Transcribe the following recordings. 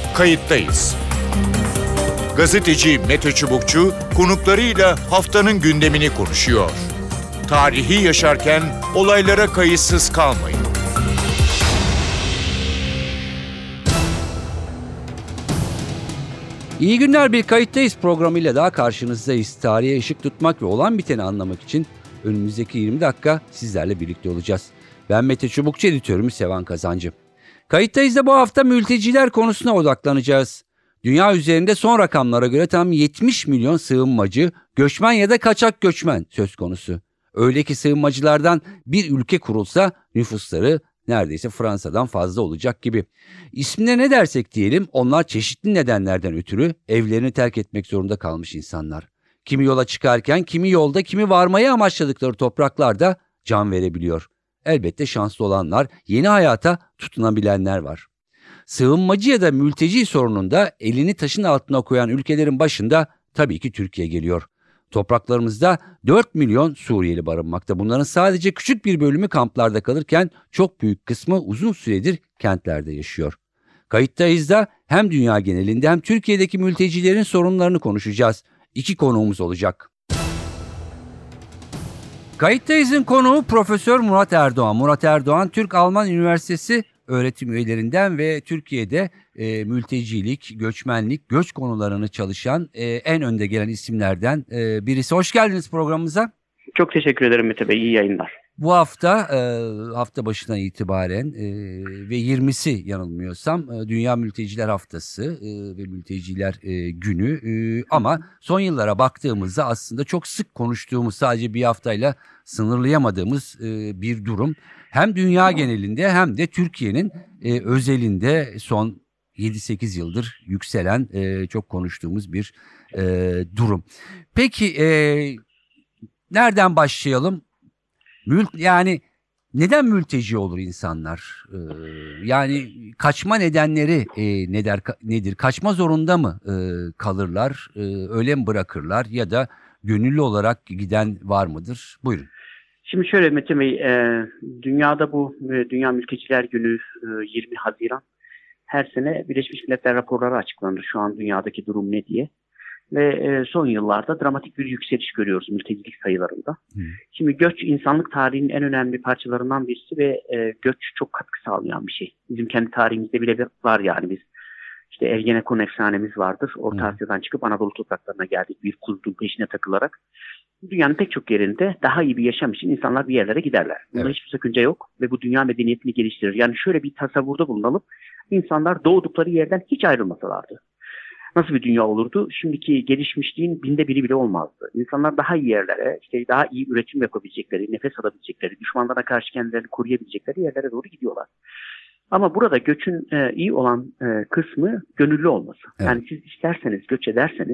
Kayıttayız. Gazeteci Mete Çubukçu konuklarıyla haftanın gündemini konuşuyor. Tarihi yaşarken olaylara kayıtsız kalmayın. İyi günler, bir Kayıttayız programıyla daha karşınızdayız. Tarihe ışık tutmak ve olan biteni anlamak için önümüzdeki 20 dakika sizlerle birlikte olacağız. Ben Mete Çubukçu, editörümüz Sevan Kazancı. Kayıttayız'da bu hafta mülteciler konusuna odaklanacağız. Dünya üzerinde son rakamlara göre tam 70 milyon sığınmacı, göçmen ya da kaçak göçmen söz konusu. Öyle ki sığınmacılardan bir ülke kurulsa nüfusları neredeyse Fransa'dan fazla olacak gibi. İsmine ne dersek diyelim, onlar çeşitli nedenlerden ötürü evlerini terk etmek zorunda kalmış insanlar. Kimi yola çıkarken, kimi yolda, kimi varmayı amaçladıkları topraklarda can verebiliyor. Elbette şanslı olanlar, yeni hayata tutunabilenler var. Sığınmacı ya da mülteci sorununda elini taşın altına koyan ülkelerin başında tabii ki Türkiye geliyor. Topraklarımızda 4 milyon Suriyeli barınmakta. Bunların sadece küçük bir bölümü kamplarda kalırken çok büyük kısmı uzun süredir kentlerde yaşıyor. Kayıttayız'da hem dünya genelinde hem Türkiye'deki mültecilerin sorunlarını konuşacağız. İki konuğumuz olacak. Kayıttayız'ın konuğu Profesör Murat Erdoğan. Murat Erdoğan, Türk-Alman Üniversitesi öğretim üyelerinden ve Türkiye'de mültecilik, göçmenlik, göç konularını çalışan en önde gelen isimlerden birisi. Hoş geldiniz programımıza. Çok teşekkür ederim Mete Bey, iyi yayınlar. Bu hafta başından itibaren ve 20'si yanılmıyorsam Dünya Mülteciler Haftası ve Mülteciler Günü. Ama son yıllara baktığımızda aslında çok sık konuştuğumuz, sadece bir haftayla sınırlayamadığımız bir durum. Hem dünya genelinde hem de Türkiye'nin özelinde son 7-8 yıldır yükselen, çok konuştuğumuz bir durum. Peki nereden başlayalım? Yani neden mülteci olur insanlar? Yani kaçma nedenleri nedir? Kaçma zorunda mı kalırlar? Öyle mi bırakırlar? Ya da gönüllü olarak giden var mıdır? Buyurun. Şimdi şöyle Mete Bey, dünyada bu Dünya Mülteciler Günü 20 Haziran her sene Birleşmiş Milletler raporları açıklanır. Şu an dünyadaki durum ne diye. Ve son yıllarda dramatik bir yükseliş görüyoruz mültecilik sayılarında. Şimdi göç insanlık tarihinin en önemli parçalarından birisi ve göç çok katkı sağlayan bir şey. Bizim kendi tarihimizde bile var yani biz. İşte Ergenekon efsanemiz vardır. Orta Asya'dan çıkıp Anadolu topraklarına geldik bir kuzgun peşine takılarak. Dünyanın pek çok yerinde daha iyi bir yaşam için insanlar bir yerlere giderler. Bunda hiçbir sakınca yok ve bu dünya medeniyetini geliştirir. Yani şöyle bir tasavvurda bulunalım. İnsanlar doğdukları yerden hiç ayrılmasalardı nasıl bir dünya olurdu? Şimdiki gelişmişliğin 1/1000 bile olmazdı. İnsanlar daha iyi yerlere, işte daha iyi üretim yapabilecekleri, nefes alabilecekleri, düşmanlara karşı kendilerini koruyabilecekleri yerlere doğru gidiyorlar. Ama burada göçün iyi olan kısmı gönüllü olması. Evet. Yani siz isterseniz, göç ederseniz,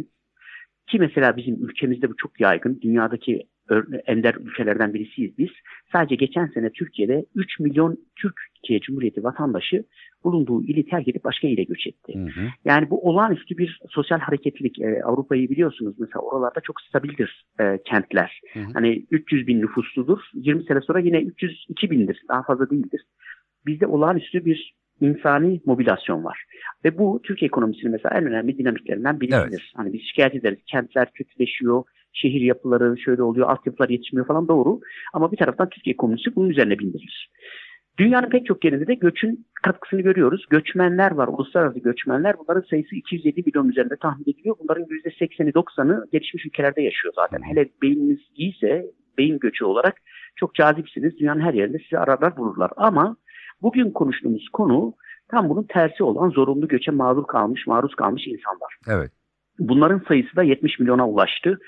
ki mesela bizim ülkemizde bu çok yaygın, dünyadaki ender ülkelerden birisiyiz biz. Sadece geçen sene Türkiye'de 3 milyon Türkiye Cumhuriyeti vatandaşı bulunduğu ili terk edip başka ile göç etti. Yani bu olağanüstü bir sosyal hareketlilik. Avrupa'yı biliyorsunuz, mesela oralarda çok stabildir kentler. Hani 300 bin nüfusludur. 20 sene sonra yine 302 bindir. Daha fazla değildir. Bizde olağanüstü bir insani mobilasyon var. Ve bu Türk ekonomisinin mesela en önemli dinamiklerinden birisidir. Evet. Hani biz şikayet ederiz. Kentler kötüleşiyor, şehir yapıları şöyle oluyor, altyapılar yetişmiyor falan, doğru. Ama bir taraftan Türkiye ekonomisi bunun üzerine bindirilir. Dünyanın pek çok yerinde de göçün katkısını görüyoruz. Göçmenler var, uluslararası göçmenler. Bunların sayısı 207 milyon üzerinde tahmin ediliyor. Bunların %80'i 90'ı gelişmiş ülkelerde yaşıyor zaten. Hele beyniniz iyiyse, beyin göçü olarak çok cazipsiniz. Dünyanın her yerinde sizi ararlar, bulurlar. Ama bugün konuştuğumuz konu tam bunun tersi olan zorunlu göçe maruz kalmış insanlar. Evet. Bunların sayısı da 70 milyona ulaştı.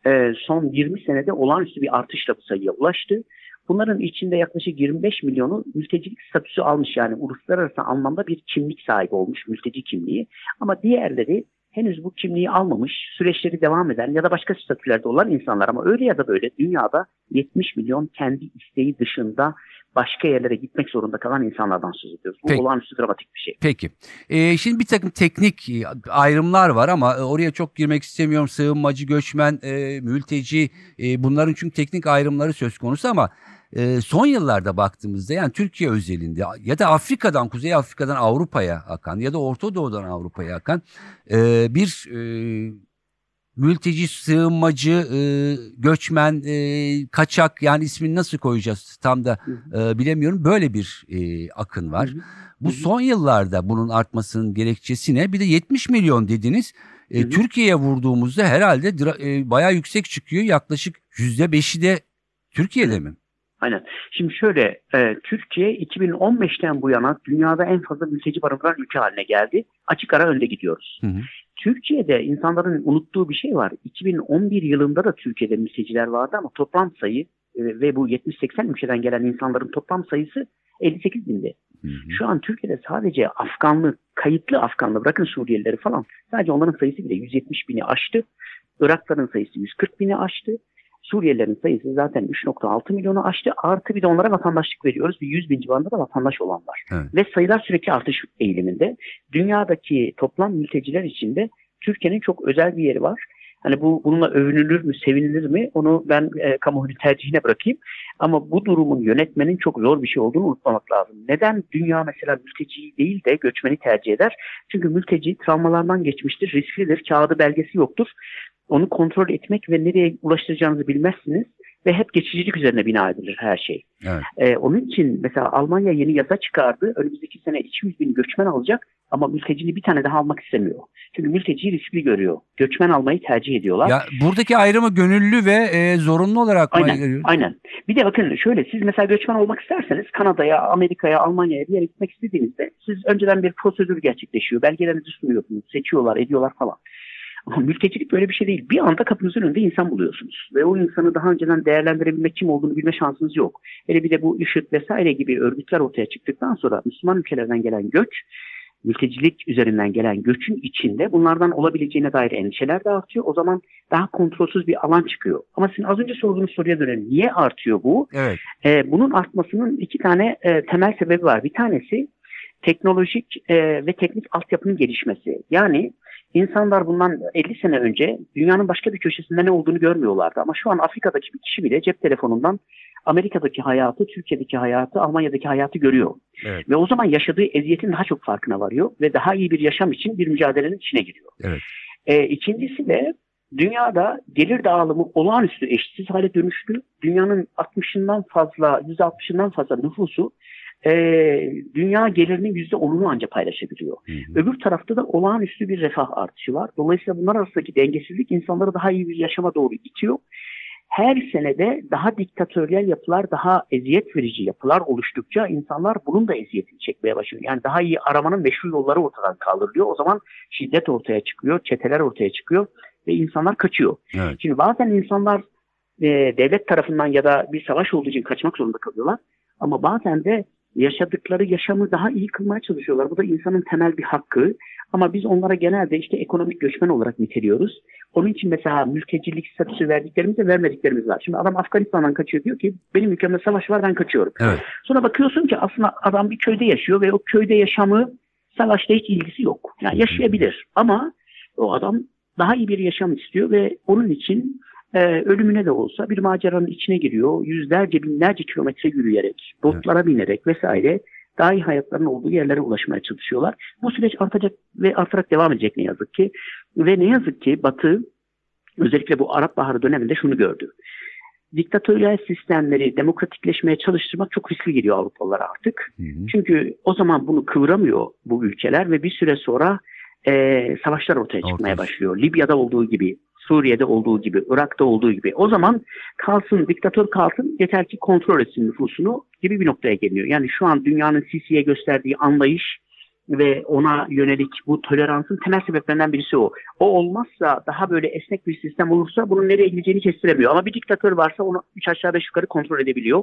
Son 20 senede olağanüstü bir artışla bu sayıya ulaştı. Bunların içinde yaklaşık 25 milyonu mültecilik statüsü almış, yani uluslararası anlamda bir kimlik sahibi olmuş, mülteci kimliği. Ama diğerleri henüz bu kimliği almamış, süreçleri devam eden ya da başka statülerde olan insanlar. Ama öyle ya da böyle dünyada 70 milyon kendi isteği dışında başka yerlere gitmek zorunda kalan insanlardan söz ediyoruz. Bu olağanüstü dramatik bir şey. Peki. Şimdi bir takım teknik ayrımlar var ama oraya çok girmek istemiyorum. Sığınmacı, göçmen, mülteci, bunların çünkü teknik ayrımları söz konusu ama son yıllarda baktığımızda yani Türkiye özelinde ya da Afrika'dan, Kuzey Afrika'dan Avrupa'ya akan ya da Orta Doğu'dan Avrupa'ya akan bir mülteci, sığınmacı, göçmen, kaçak, yani ismini nasıl koyacağız tam da bilemiyorum. Böyle bir akın var. Bu son yıllarda bunun artmasının gerekçesi ne? Bir de 70 milyon dediniz. Türkiye'ye vurduğumuzda herhalde bayağı yüksek çıkıyor. Yaklaşık %5'i de Türkiye'de mi? Aynen. Şimdi şöyle, Türkiye 2015'ten bu yana dünyada en fazla mülteci barındıran ülke haline geldi. Açık ara önde gidiyoruz. Türkiye'de insanların unuttuğu bir şey var. 2011 yılında da Türkiye'de mülteciler vardı ama toplam sayı ve bu 70-80 ülkeden gelen insanların toplam sayısı 58 bindi. Şu an Türkiye'de sadece Afganlı, kayıtlı Afganlı, bırakın Suriyelileri falan, sadece onların sayısı bile 170 bini aştı. Irakların sayısı 140 bini aştı. Suriyelilerin sayısı zaten 3,6 milyonu aştı. Artı bir de onlara vatandaşlık veriyoruz. Bir 100 bin civarında da vatandaş olan var. Evet. Ve sayılar sürekli artış eğiliminde. Dünyadaki toplam mülteciler içinde Türkiye'nin çok özel bir yeri var. Hani bununla övünülür mü, sevinilir mi? Onu ben kamuoyu tercihine bırakayım. Ama bu durumun yönetmenin çok zor bir şey olduğunu unutmamak lazım. Neden dünya mesela mülteciyi değil de göçmeni tercih eder? Çünkü mülteci travmalardan geçmiştir, risklidir, kağıdı belgesi yoktur. Onu kontrol etmek ve nereye ulaştıracağınızı bilmezsiniz ve hep geçicilik üzerine bina edilir her şey. Evet. Onun için mesela Almanya yeni yasa çıkardı. Önümüzdeki sene 200 bin göçmen alacak ama mültecini bir tane daha almak istemiyor. Çünkü mülteciyi riskli görüyor. Göçmen almayı tercih ediyorlar. Ya buradaki ayrımı gönüllü ve zorunlu olarak mı görüyoruz? Aynen. Bir de bakın şöyle, siz mesela göçmen olmak isterseniz Kanada'ya, Amerika'ya, Almanya'ya bir yere gitmek istediğinizde siz önceden bir prosedür gerçekleşiyor. Belgelerinizi sunuyorsunuz, seçiyorlar, ediyorlar falan. Ama mültecilik böyle bir şey değil. Bir anda kapınızın önünde insan buluyorsunuz. Ve o insanı daha önceden değerlendirebilmek, kim olduğunu bilme şansınız yok. Hele bir de bu IŞİD vesaire gibi örgütler ortaya çıktıktan sonra Müslüman ülkelerden gelen göç, mültecilik üzerinden gelen göçün içinde bunlardan olabileceğine dair endişeler de artıyor. O zaman daha kontrolsüz bir alan çıkıyor. Ama sizin az önce sorduğunuz soruya dönelim. Niye artıyor bu? Evet. Bunun artmasının iki tane temel sebebi var. Bir tanesi teknolojik ve teknik altyapının gelişmesi. Yani İnsanlar bundan 50 sene önce dünyanın başka bir köşesinde ne olduğunu görmüyorlardı. Ama şu an Afrika'daki bir kişi bile cep telefonundan Amerika'daki hayatı, Türkiye'deki hayatı, Almanya'daki hayatı görüyor. Evet. Ve o zaman yaşadığı eziyetin daha çok farkına varıyor ve daha iyi bir yaşam için bir mücadelenin içine giriyor. Evet. İkincisi de dünyada gelir dağılımı olağanüstü eşsiz hale dönüştü. Dünyanın 60'ından fazla, %60'ından fazla nüfusu dünya gelirinin %10'unu ancak paylaşabiliyor. Öbür tarafta da olağanüstü bir refah artışı var. Dolayısıyla bunlar arasındaki dengesizlik insanları daha iyi bir yaşama doğru itiyor. Her senede daha diktatöryel yapılar, daha eziyet verici yapılar oluştukça insanlar bunun da eziyetini çekmeye başlıyor. Yani daha iyi aramanın meşru yolları ortadan kaldırılıyor. O zaman şiddet ortaya çıkıyor, çeteler ortaya çıkıyor ve insanlar kaçıyor. Evet. Şimdi bazen insanlar devlet tarafından ya da bir savaş olduğu için kaçmak zorunda kalıyorlar. Ama bazen de yaşadıkları yaşamı daha iyi kılmaya çalışıyorlar. Bu da insanın temel bir hakkı. Ama biz onlara genelde işte ekonomik göçmen olarak niteliyoruz. Onun için mesela mültecilik statüsü verdiklerimiz de vermediklerimiz var. Şimdi adam Afganistan'dan kaçıyor, diyor ki benim ülkemde savaş var, ben kaçıyorum. Evet. Sonra bakıyorsun ki aslında adam bir köyde yaşıyor ve o köyde yaşamı savaşla hiç ilgisi yok. Yani yaşayabilir ama o adam daha iyi bir yaşam istiyor ve onun için ölümüne de olsa bir maceranın içine giriyor. Yüzlerce, binlerce kilometre yürüyerek, botlara binerek vesaire daha iyi hayatların olduğu yerlere ulaşmaya çalışıyorlar. Bu süreç artacak ve artarak devam edecek ne yazık ki. Ve ne yazık ki Batı özellikle bu Arap Baharı döneminde şunu gördü. Diktatöryel sistemleri demokratikleşmeye çalıştırmak çok riskli geliyor Avrupalılara artık. Çünkü o zaman bunu kıvıramıyor bu ülkeler ve bir süre sonra savaşlar ortaya çıkmaya başlıyor. Libya'da olduğu gibi, Suriye'de olduğu gibi, Irak'ta olduğu gibi. O zaman kalsın, diktatör kalsın, yeter ki kontrol etsin nüfusunu gibi bir noktaya geliyor. Yani şu an dünyanın Sisi'ye gösterdiği anlayış ve ona yönelik bu toleransın temel sebeplerinden birisi o. O olmazsa, daha böyle esnek bir sistem olursa bunun nereye gideceğini kestiremiyor. Ama bir diktatör varsa onu 3 aşağı 5 yukarı kontrol edebiliyor.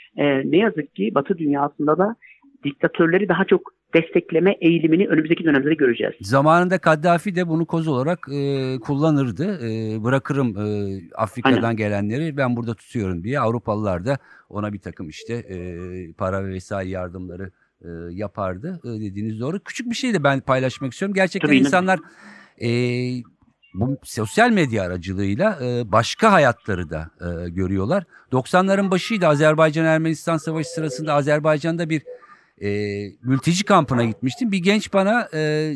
Ne yazık ki Batı dünyasında da diktatörleri daha çok destekleme eğilimini önümüzdeki dönemde göreceğiz. Zamanında Kaddafi de bunu koz olarak kullanırdı. Bırakırım Afrika'dan gelenleri, ben burada tutuyorum diye. Avrupalılar da ona bir takım işte para ve vesaire yardımları yapardı. Dediğiniz doğru. Küçük bir şey de ben paylaşmak istiyorum. Gerçekten Tabii, insanlar bu sosyal medya aracılığıyla başka hayatları da görüyorlar. 90'ların başıydı, Azerbaycan-Ermenistan Savaşı sırasında Azerbaycan'da bir mülteci kampına gitmiştim. Bir genç bana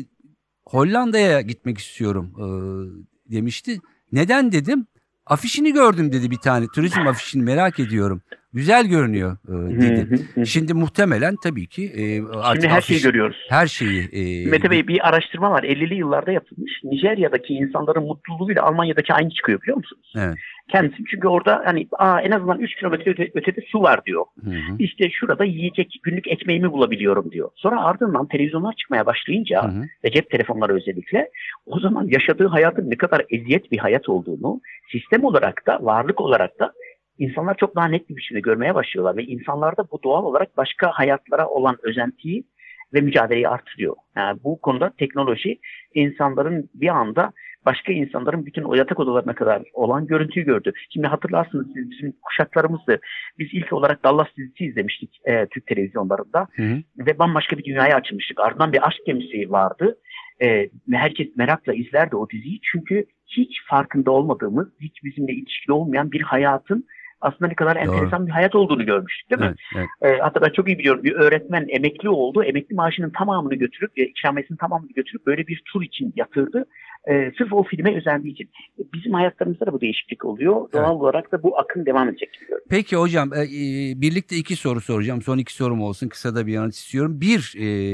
Hollanda'ya gitmek istiyorum demişti. Neden dedim? Afişini gördüm dedi, bir tane turizm afişini merak ediyorum. Güzel görünüyor dedi. Şimdi muhtemelen tabii ki artık Şimdi her şeyi görüyoruz. her şeyi. Mete Bey, bir araştırma var. 50'li yıllarda yapılmış. Nijerya'daki insanların mutluluğuyla Almanya'daki aynı çıkıyor, biliyor musunuz? Evet. Kendisi, çünkü orada hani en azından 3 kilometre ötede su var diyor. İşte şurada yiyecek, günlük ekmeğimi bulabiliyorum diyor. Sonra ardından televizyonlar çıkmaya başlayınca ve cep telefonları özellikle, o zaman yaşadığı hayatın ne kadar eziyet bir hayat olduğunu sistem olarak da varlık olarak da insanlar çok daha net bir biçimde görmeye başlıyorlar ve insanlarda bu doğal olarak başka hayatlara olan özentiyi ve mücadeleyi artırıyor. Yani bu konuda teknoloji insanların bir anda başka insanların bütün o yatak odalarına kadar olan görüntüyü gördü. Şimdi hatırlarsınız, siz, bizim kuşaklarımızdı. Biz ilk olarak Dallas dizisi izlemiştik Türk televizyonlarında ve bambaşka bir dünyaya açılmıştık. Ardından bir aşk gemisi vardı. Herkes merakla izlerdi o diziyi, çünkü hiç farkında olmadığımız, hiç bizimle ilişkili olmayan bir hayatın aslında ne kadar enteresan bir hayat olduğunu görmüştük, değil mi? Evet. Hatta ben çok iyi biliyorum, bir öğretmen emekli oldu. Emekli maaşının tamamını götürüp, ikramiyesinin tamamını götürüp böyle bir tur için yatırdı. Sırf o filme özendiği için. Bizim hayatlarımızda da bu değişiklik oluyor. Doğal olarak da bu akım devam edecek diyorum. Peki hocam, birlikte 2 soru soracağım. Son 2 sorum olsun. Kısa da bir yanıt istiyorum. Bir,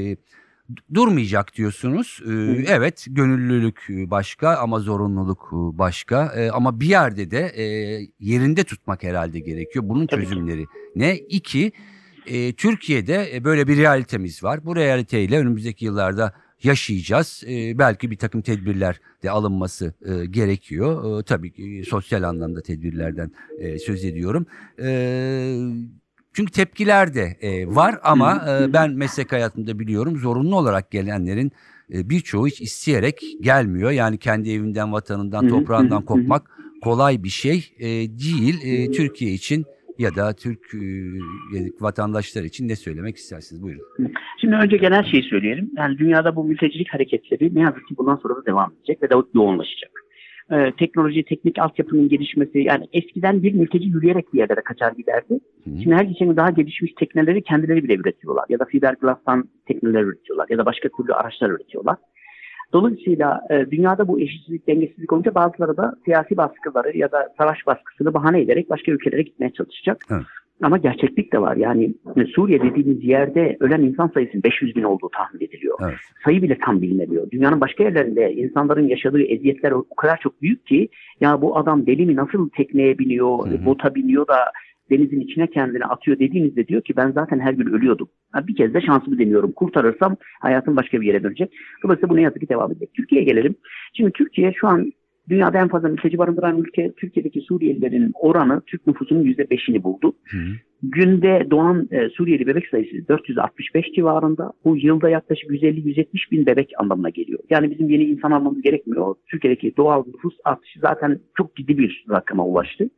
durmayacak diyorsunuz. Evet, gönüllülük başka ama zorunluluk başka. Ama bir yerde de yerinde tutmak herhalde gerekiyor. Bunun çözümleri ne? 2, Türkiye'de böyle bir realitemiz var. Bu realiteyle önümüzdeki yıllarda yaşayacağız. Belki bir takım tedbirler de alınması gerekiyor. Tabii ki sosyal anlamda tedbirlerden söz ediyorum. Çünkü tepkiler de var ama ben meslek hayatımda biliyorum, zorunlu olarak gelenlerin birçoğu hiç isteyerek gelmiyor. Yani kendi evinden, vatanından, toprağından kopmak kolay bir şey değil. Türkiye için ya da Türk vatandaşlar için ne söylemek istersiniz? Buyurun. Şimdi önce genel şeyi söyleyelim. Yani dünyada bu mültecilik hareketleri ne yazık ki bundan sonra da devam edecek ve de yoğunlaşacak. Teknoloji, teknik altyapının gelişmesi, yani eskiden bir mülteci yürüyerek bir yerlere kaçar giderdi. Şimdi her geçen gün daha gelişmiş tekneleri kendileri bile üretiyorlar. Ya da fiberglass'tan tekneler üretiyorlar ya da başka türlü araçlar üretiyorlar. Dolayısıyla dünyada bu eşitsizlik, dengesizlik olunca bazıları da siyasi baskıları ya da savaş baskısını bahane ederek başka ülkelere gitmeye çalışacak. Evet. Ama gerçeklik de var. Yani Suriye dediğimiz yerde ölen insan sayısının 500 bin olduğu tahmin ediliyor. Evet. Sayı bile tam bilinemiyor. Dünyanın başka yerlerinde insanların yaşadığı eziyetler o kadar çok büyük ki, ya bu adam deli mi, nasıl tekneye biniyor, bota biniyor da denizin içine kendini atıyor dediğinizde diyor ki ben zaten her gün ölüyordum. Bir kez de şansımı deniyorum. Kurtarırsam hayatım başka bir yere dönecek. Dolayısıyla bu ne yazık ki devam edecek. Türkiye'ye gelelim. Şimdi Türkiye şu an dünyada en fazla mülteci barındıran ülke. Türkiye'deki Suriyelilerin oranı Türk nüfusunun %5'ini buldu. Günde doğan Suriyeli bebek sayısı 465 civarında. Bu yılda yaklaşık 150-170 bin bebek anlamına geliyor. Yani bizim yeni insan almamız gerekmiyor. Türkiye'deki doğal nüfus artışı zaten çok ciddi bir rakama ulaştı.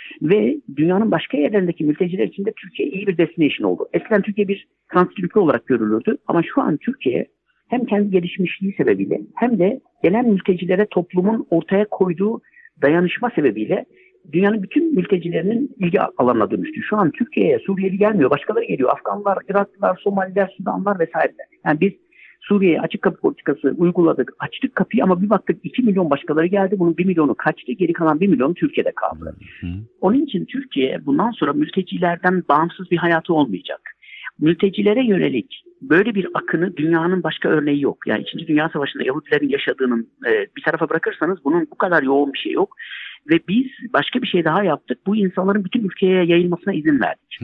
Ve dünyanın başka yerlerindeki mülteciler için de Türkiye iyi bir destinasyon oldu. Eskiden Türkiye bir transit ülke olarak görülürdü. Ama şu an Türkiye hem kendi gelişmişliği sebebiyle hem de gelen mültecilere toplumun ortaya koyduğu dayanışma sebebiyle dünyanın bütün mültecilerinin ilgi alanına dönüştü. Şu an Türkiye'ye Suriyeli gelmiyor, başkaları geliyor. Afganlar, Iraklılar, Somaliler, Sudanlar vesaire. Yani biz Suriye'ye açık kapı politikası uyguladık, açtık kapıyı ama bir baktık 2 milyon başkaları geldi. Bunun 1 milyonu kaçtı, geri kalan 1 milyon Türkiye'de kaldı. Onun için Türkiye bundan sonra mültecilerden bağımsız bir hayatı olmayacak. Mültecilere yönelik böyle bir akını dünyanın başka örneği yok. Yani 2. Dünya Savaşı'nda Yahudilerin yaşadığının bir tarafa bırakırsanız bunun bu kadar yoğun bir şey yok. Ve biz başka bir şey daha yaptık. Bu insanların bütün ülkeye yayılmasına izin verdik.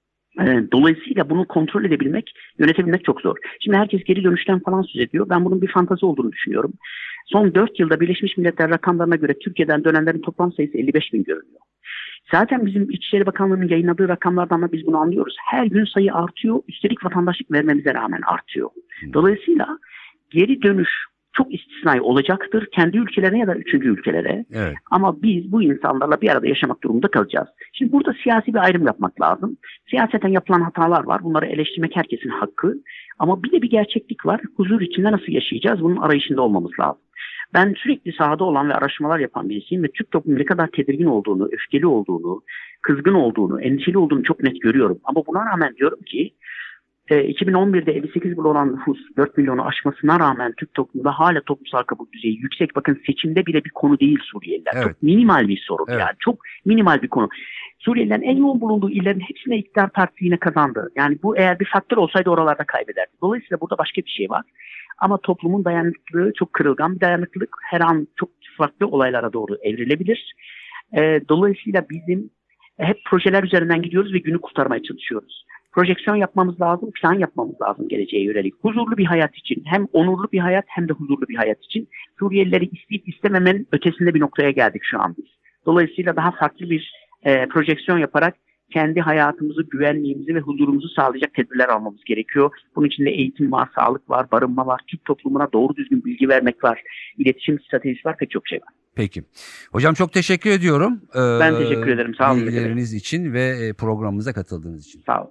Dolayısıyla bunu kontrol edebilmek, yönetebilmek çok zor. Şimdi herkes geri dönüşten falan söz ediyor. Ben bunun bir fantezi olduğunu düşünüyorum. Son 4 yılda Birleşmiş Milletler rakamlarına göre Türkiye'den dönenlerin toplam sayısı 55 bin görünüyor. Zaten bizim İçişleri Bakanlığı'nın yayınladığı rakamlardan da biz bunu anlıyoruz. Her gün sayı artıyor, üstelik vatandaşlık vermemize rağmen artıyor. Dolayısıyla geri dönüş çok istisnai olacaktır. Kendi ülkelerine ya da 3. ülkelere. Evet. Ama biz bu insanlarla bir arada yaşamak durumunda kalacağız. Şimdi burada siyasi bir ayrım yapmak lazım. Siyaseten yapılan hatalar var. Bunları eleştirmek herkesin hakkı. Ama bir de bir gerçeklik var. Huzur içinde nasıl yaşayacağız? Bunun arayışında olmamız lazım. Ben sürekli sahada olan ve araştırmalar yapan birisiyim ve Türk toplumunun ne kadar tedirgin olduğunu, öfkeli olduğunu, kızgın olduğunu, endişeli olduğunu çok net görüyorum. Ama buna rağmen diyorum ki 2011'de 58 milyon olan nüfus 4 milyonu aşmasına rağmen Türk toplumunda hala toplumsal kabul düzeyi yüksek. Bakın seçimde bile bir konu değil Suriyeliler. Evet. Çok minimal bir sorun Evet. yani. Çok minimal bir konu. Suriyelilerin en yoğun bulunduğu illerin hepsine iktidar partisi yine kazandı. Yani bu eğer bir faktör olsaydı oralarda kaybederdi. Dolayısıyla burada başka bir şey var. Ama toplumun dayanıklılığı çok kırılgan bir dayanıklılık. Her an çok farklı olaylara doğru evrilebilir. Dolayısıyla bizim hep projeler üzerinden gidiyoruz ve günü kurtarmaya çalışıyoruz. Projeksiyon yapmamız lazım, plan yapmamız lazım geleceğe yönelik. Huzurlu bir hayat için, hem onurlu bir hayat hem de huzurlu bir hayat için Suriyelileri isteyip istememenin ötesinde bir noktaya geldik şu an biz. Dolayısıyla daha farklı bir projeksiyon yaparak kendi hayatımızı, güvenliğimizi ve huzurumuzu sağlayacak tedbirler almamız gerekiyor. Bunun içinde eğitim var, sağlık var, barınma var, Türk toplumuna doğru düzgün bilgi vermek var, iletişim stratejisi var, pek çok şey var. Peki. Hocam çok teşekkür ediyorum. Ben teşekkür ederim. Sağ olun. Bilgileriniz için ve programımıza katıldığınız için. Sağ olun.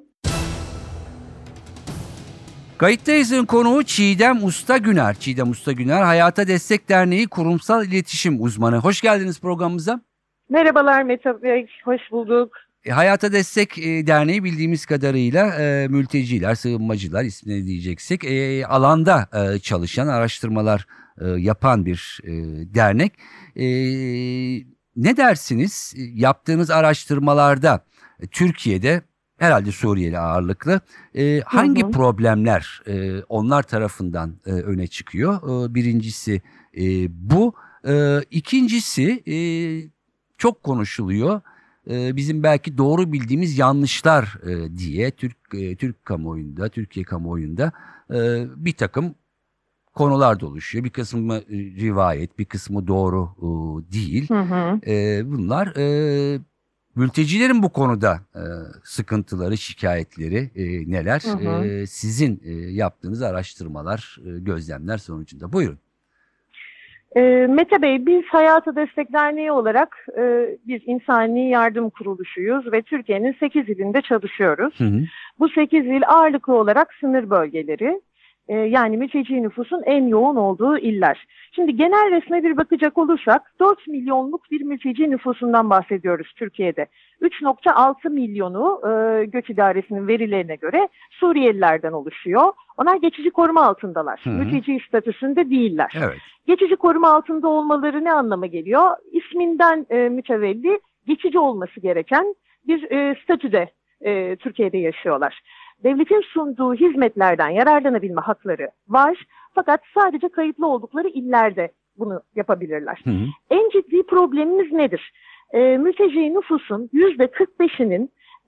Kayıttayız'ın konuğu Çiğdem Usta Güner. Çiğdem Usta Güner, Hayata Destek Derneği kurumsal iletişim uzmanı. Hoş geldiniz programımıza. Merhabalar Mete Bey, hoş bulduk. Hayata Destek Derneği bildiğimiz kadarıyla mülteciler, sığınmacılar ismini diyeceksek alanda çalışan, araştırmalar yapan bir dernek. Ne dersiniz? Yaptığınız araştırmalarda Türkiye'de herhalde Suriyeli ağırlıklı hangi problemler onlar tarafından öne çıkıyor? Birincisi bu. İkincisi çok konuşuluyor. Bizim belki doğru bildiğimiz yanlışlar diye Türk kamuoyunda, Türkiye kamuoyunda bir takım konular da oluşuyor. Bir kısmı rivayet, bir kısmı doğru değil. Bunlar mültecilerin bu konuda sıkıntıları, şikayetleri neler? Sizin yaptığınız araştırmalar, gözlemler sonucunda. Buyurun. Mete Bey, biz Hayata Destek Derneği olarak bir insani yardım kuruluşuyuz ve Türkiye'nin 8 ilinde çalışıyoruz. Bu 8 il ağırlıklı olarak sınır bölgeleri. Yani mülteci nüfusun en yoğun olduğu iller. Şimdi genel resme bir bakacak olursak 4 milyonluk bir mülteci nüfusundan bahsediyoruz Türkiye'de. 3,6 milyonu Göç İdaresi'nin verilerine göre Suriyelilerden oluşuyor. Onlar geçici koruma altındalar. Mülteci statüsünde değiller. Evet. Geçici koruma altında olmaları ne anlama geliyor? İsminden mütevelli geçici olması gereken bir statüde Türkiye'de yaşıyorlar. Devletin sunduğu hizmetlerden yararlanabilme hakları var. Fakat sadece kayıtlı oldukları illerde bunu yapabilirler. En ciddi problemimiz nedir? Mülteci nüfusun %45'inin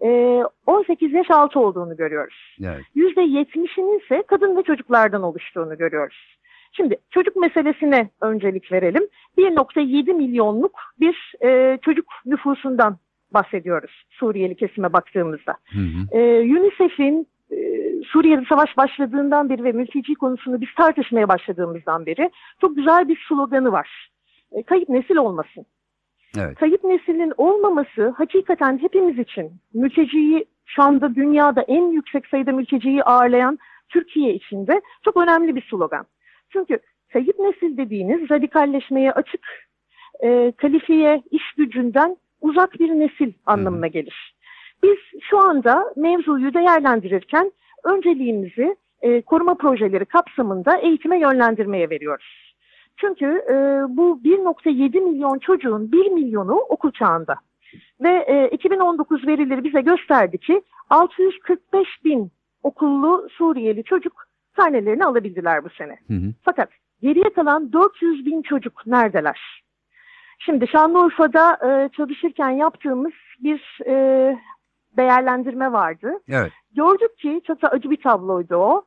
18 yaş altı olduğunu görüyoruz. Evet. %70'inin ise kadın ve çocuklardan oluştuğunu görüyoruz. Şimdi çocuk meselesine öncelik verelim. 1,7 milyonluk bir çocuk nüfusundan bahsediyoruz Suriyeli kesime baktığımızda. UNICEF'in Suriye'de savaş başladığından beri ve mülteci konusunu biz tartışmaya başladığımızdan beri çok güzel bir sloganı var. Kayıp nesil olmasın. Evet. Kayıp neslinin olmaması hakikaten hepimiz için, mülteciyi şu anda dünyada en yüksek sayıda mülteciyi ağırlayan Türkiye için de çok önemli bir slogan. Çünkü kayıp nesil dediğiniz radikalleşmeye açık, kalifiye iş gücünden uzak bir nesil anlamına gelir. Biz şu anda mevzuyu değerlendirirken önceliğimizi koruma projeleri kapsamında eğitime yönlendirmeye veriyoruz. Çünkü bu 1,7 milyon çocuğun 1 milyonu okul çağında. Ve 2019 verileri bize gösterdi ki 645 bin okullu Suriyeli çocuk karnelerini alabildiler bu sene. Fakat geriye kalan 400 bin çocuk neredeler? Şimdi Şanlıurfa'da çalışırken yaptığımız bir değerlendirme vardı. Evet. Gördük ki çok da acı bir tabloydu o.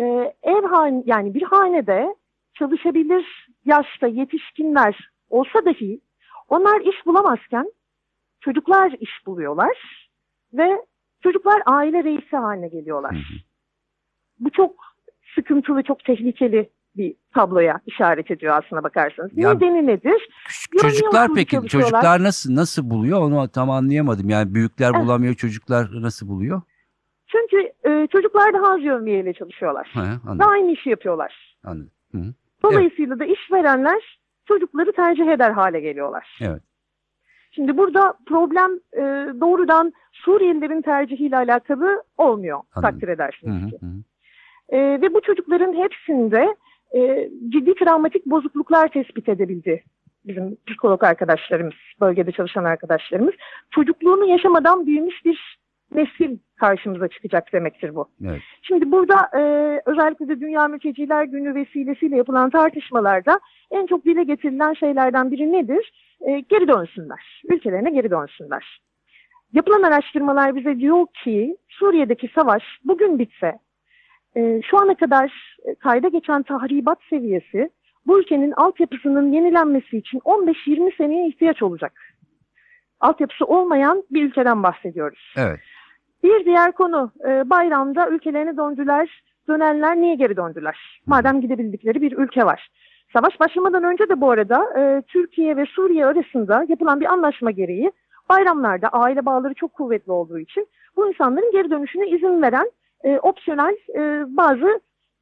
Yani bir hanede çalışabilir yaşta yetişkinler olsa dahi onlar iş bulamazken çocuklar iş buluyorlar ve çocuklar aile reisi haline geliyorlar. Bu çok sıkıntılı, çok tehlikeli bir tabloya işaret ediyor aslına bakarsanız. Ya, nedeni nedir? Çocuklar peki, çocuklar nasıl buluyor onu tam anlayamadım. Yani büyükler bulamıyor, çocuklar nasıl buluyor? Çünkü çocuklar daha az yevmiyeyle çalışıyorlar. Ve aynı işi yapıyorlar. Anladım. Dolayısıyla da işverenler çocukları tercih eder hale geliyorlar. Evet. Şimdi burada problem doğrudan Suriyelilerin tercihiyle alakalı olmuyor, Anladım. takdir edersiniz Hı ki. hı. Ve bu çocukların hepsinde ciddi travmatik bozukluklar tespit edebildi bizim psikolog arkadaşlarımız, bölgede çalışan arkadaşlarımız. Çocukluğunu yaşamadan büyümüş bir nesil karşımıza çıkacak demektir bu. Evet. Şimdi burada özellikle de Dünya Mülteciler Günü vesilesiyle yapılan tartışmalarda en çok dile getirilen şeylerden biri nedir? Geri dönsünler, ülkelerine geri dönsünler. Yapılan araştırmalar bize diyor ki Suriye'deki savaş bugün bitse, şu ana kadar kayda geçen tahribat seviyesi bu ülkenin altyapısının yenilenmesi için 15-20 seneye ihtiyaç olacak. Altyapısı olmayan bir ülkeden bahsediyoruz. Evet. Bir diğer konu, bayramda ülkelerine döndüler, dönenler niye geri döndüler? Madem gidebildikleri bir ülke var. Savaş başlamadan önce de bu arada Türkiye ve Suriye arasında yapılan bir anlaşma gereği bayramlarda aile bağları çok kuvvetli olduğu için bu insanların geri dönüşüne izin veren opsiyonel bazı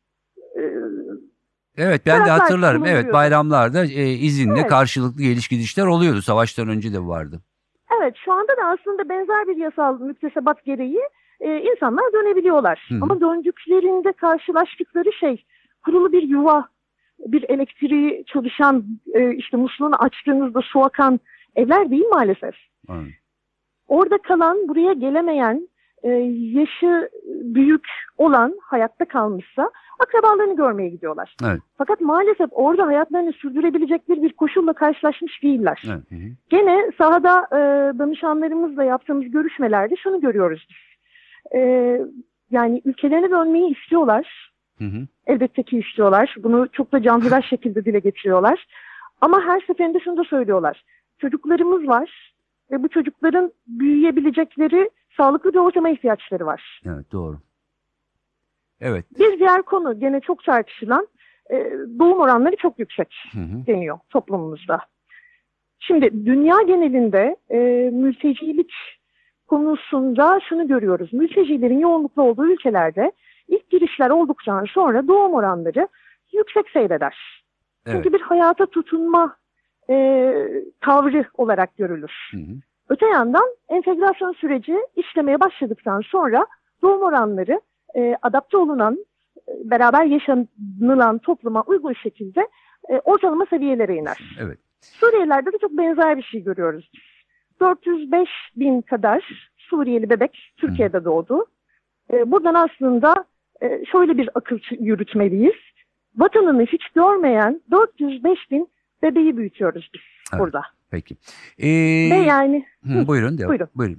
Evet, ben de taraflar hatırlarım. Evet, bulunuyordu. bayramlarda izinle Evet. karşılıklı geliş gidişler oluyordu. Savaştan önce de vardı. Evet, şu anda da aslında benzer bir yasal müktesebat gereği insanlar dönebiliyorlar. Hı hı. Ama döndüklerinde karşılaştıkları şey kurulu bir yuva, bir elektriği çalışan, işte musluğunu açtığınızda su akan evler değil maalesef. Anladım. Orada kalan, buraya gelemeyen, yaşı büyük olan hayatta kalmışsa akrabalarını görmeye gidiyorlar. Evet. Fakat maalesef orada hayatlarını sürdürebilecekleri bir koşulla karşılaşmış değiller. Evet. Hı hı. Gene sahada danışanlarımızla yaptığımız görüşmelerde şunu görüyoruz biz. Yani ülkelerine dönmeyi istiyorlar. Hı hı. Elbette ki istiyorlar. Bunu çok da canhıraş şekilde dile getiriyorlar. Ama her seferinde şunu da söylüyorlar. Çocuklarımız var ve bu çocukların büyüyebilecekleri sağlıklı bir ortama ihtiyaçları var. Evet, doğru. Evet. Bir diğer konu gene çok tartışılan doğum oranları çok yüksek Hı hı. deniyor toplumumuzda. Şimdi dünya genelinde mültecilik konusunda şunu görüyoruz. Mültecilerin yoğunluklu olduğu ülkelerde ilk girişler olduktan sonra doğum oranları yüksek seyreder. Evet. Çünkü bir hayata tutunma tavrı olarak görülür. Hı hı. Öte yandan entegrasyon süreci işlemeye başladıktan sonra doğum oranları adapte olunan, beraber yaşanılan topluma uygun şekilde ortalama seviyelere iner. Evet. Suriyelilerde de çok benzer bir şey görüyoruz. 405 bin kadar Suriyeli bebek Türkiye'de doğdu. Buradan aslında şöyle bir akıl yürütmeliyiz. Vatanını hiç görmeyen 405 bin bebeği büyütüyoruz biz Evet. burada. Peki. Ve yani Buyurun. buyurun. Buyurun.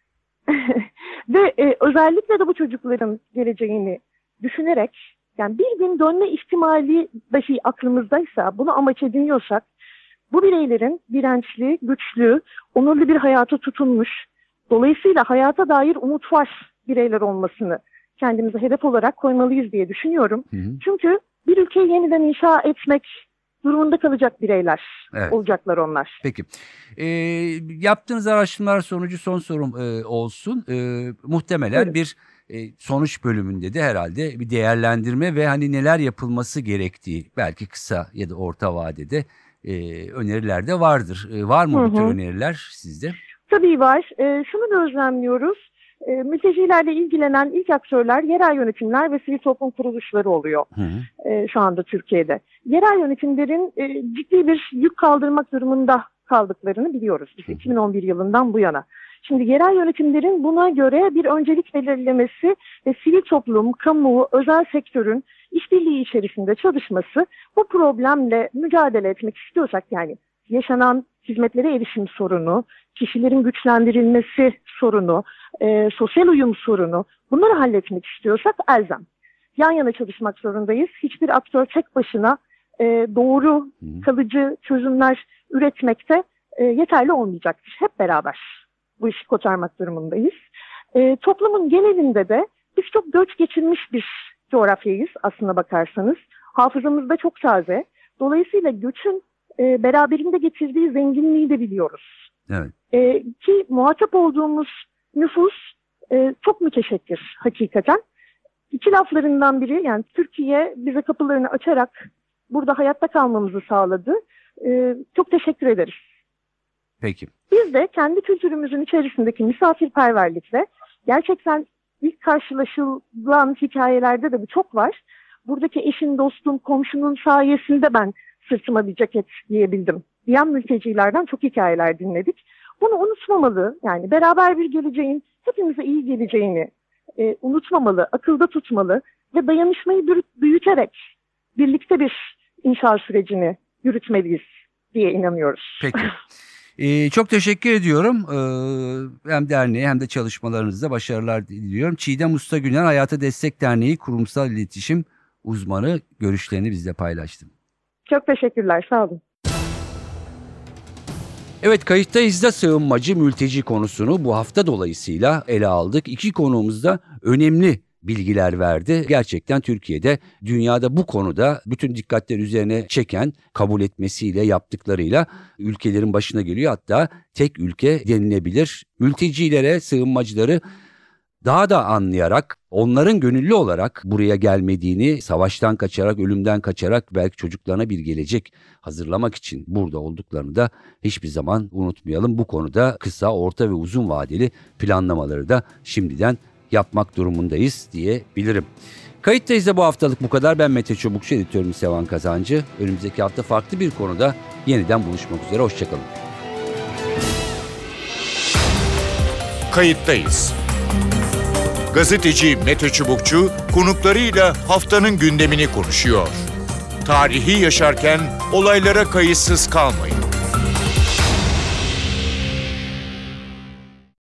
ve özellikle de bu çocukların geleceğini düşünerek, yani bir gün dönme ihtimali dahi aklımızdaysa, bunu amaç ediniyorsak, bu bireylerin dirençli, güçlü, onurlu bir hayata tutunmuş, dolayısıyla hayata dair umut var bireyler olmasını kendimize hedef olarak koymalıyız diye düşünüyorum. Hı hı. Çünkü bir ülkeyi yeniden inşa etmek durumunda kalacak bireyler Evet. olacaklar onlar. Peki. Yaptığınız araştırmalar sonucu son sorum olsun. Muhtemelen Buyurun. bir sonuç bölümünde de herhalde bir değerlendirme ve hani neler yapılması gerektiği, belki kısa ya da orta vadede öneriler de vardır. Var mı bu tür öneriler sizde? Tabii var. Şunu gözlemliyoruz. Mültecilerle ilgilenen ilk aktörler yerel yönetimler ve sivil toplum kuruluşları oluyor Hı hı. şu anda Türkiye'de. Yerel yönetimlerin ciddi bir yük kaldırmak durumunda kaldıklarını biliyoruz biz 2011 yılından bu yana. Şimdi yerel yönetimlerin buna göre bir öncelik belirlemesi ve sivil toplum, kamu, özel sektörün işbirliği içerisinde çalışması, bu problemle mücadele etmek istiyorsak, yani yaşanan hizmetlere erişim sorunu, kişilerin güçlendirilmesi sorunu, sosyal uyum sorunu, bunları halletmek istiyorsak elzem. Yan yana çalışmak zorundayız. Hiçbir aktör tek başına doğru, kalıcı çözümler üretmekte yeterli olmayacaktır. Hep beraber bu işi kotarmak durumundayız. Toplumun genelinde de biz çok göç geçirmiş bir coğrafyayız aslına bakarsanız. Hafızamızda çok taze. Dolayısıyla göçün beraberinde getirdiği zenginliği de biliyoruz. Evet. Ki muhatap olduğumuz nüfus çok müteşekkir hakikaten. İki laflarından biri, yani Türkiye bize kapılarını açarak burada hayatta kalmamızı sağladı. Çok teşekkür ederiz. Peki. Biz de kendi kültürümüzün içerisindeki misafirperverlikle gerçekten ilk karşılaşılan hikayelerde de bu çok var. Buradaki eşin, dostum, komşunun sayesinde ben sırtıma bir ceket giyebildim diyen mültecilerden çok hikayeler dinledik. Bunu unutmamalı, yani beraber bir geleceğin hepimize iyi geleceğini unutmamalı, akılda tutmalı ve dayanışmayı büyüterek birlikte bir inşa sürecini yürütmeliyiz diye inanıyoruz. Peki. Çok teşekkür ediyorum. Hem derneğe hem de çalışmalarınızda başarılar diliyorum. Çiğdem Usta Güner, Hayata Destek Derneği Kurumsal İletişim Uzmanı, görüşlerini bizle paylaştı. Çok teşekkürler, sağ olun. Evet, kayıttayız da sığınmacı mülteci konusunu bu hafta dolayısıyla ele aldık. İki konuğumuz da önemli bilgiler verdi. Gerçekten Türkiye'de, dünyada bu konuda bütün dikkatler üzerine çeken, kabul etmesiyle, yaptıklarıyla ülkelerin başına geliyor. Hatta tek ülke denilebilir. Mültecilere, sığınmacıları daha da anlayarak, onların gönüllü olarak buraya gelmediğini, savaştan kaçarak, ölümden kaçarak belki çocuklarına bir gelecek hazırlamak için burada olduklarını da hiçbir zaman unutmayalım. Bu konuda kısa, orta ve uzun vadeli planlamaları da şimdiden yapmak durumundayız diyebilirim. Kayıttayız da bu haftalık bu kadar. Ben Mete Çubukçu, editörüm Sevan Kazancı. Önümüzdeki hafta farklı bir konuda yeniden buluşmak üzere. Hoşçakalın. Kayıttayız. Gazeteci Mete Çubukçu konuklarıyla haftanın gündemini konuşuyor. Tarihi yaşarken olaylara kayıtsız kalmayın.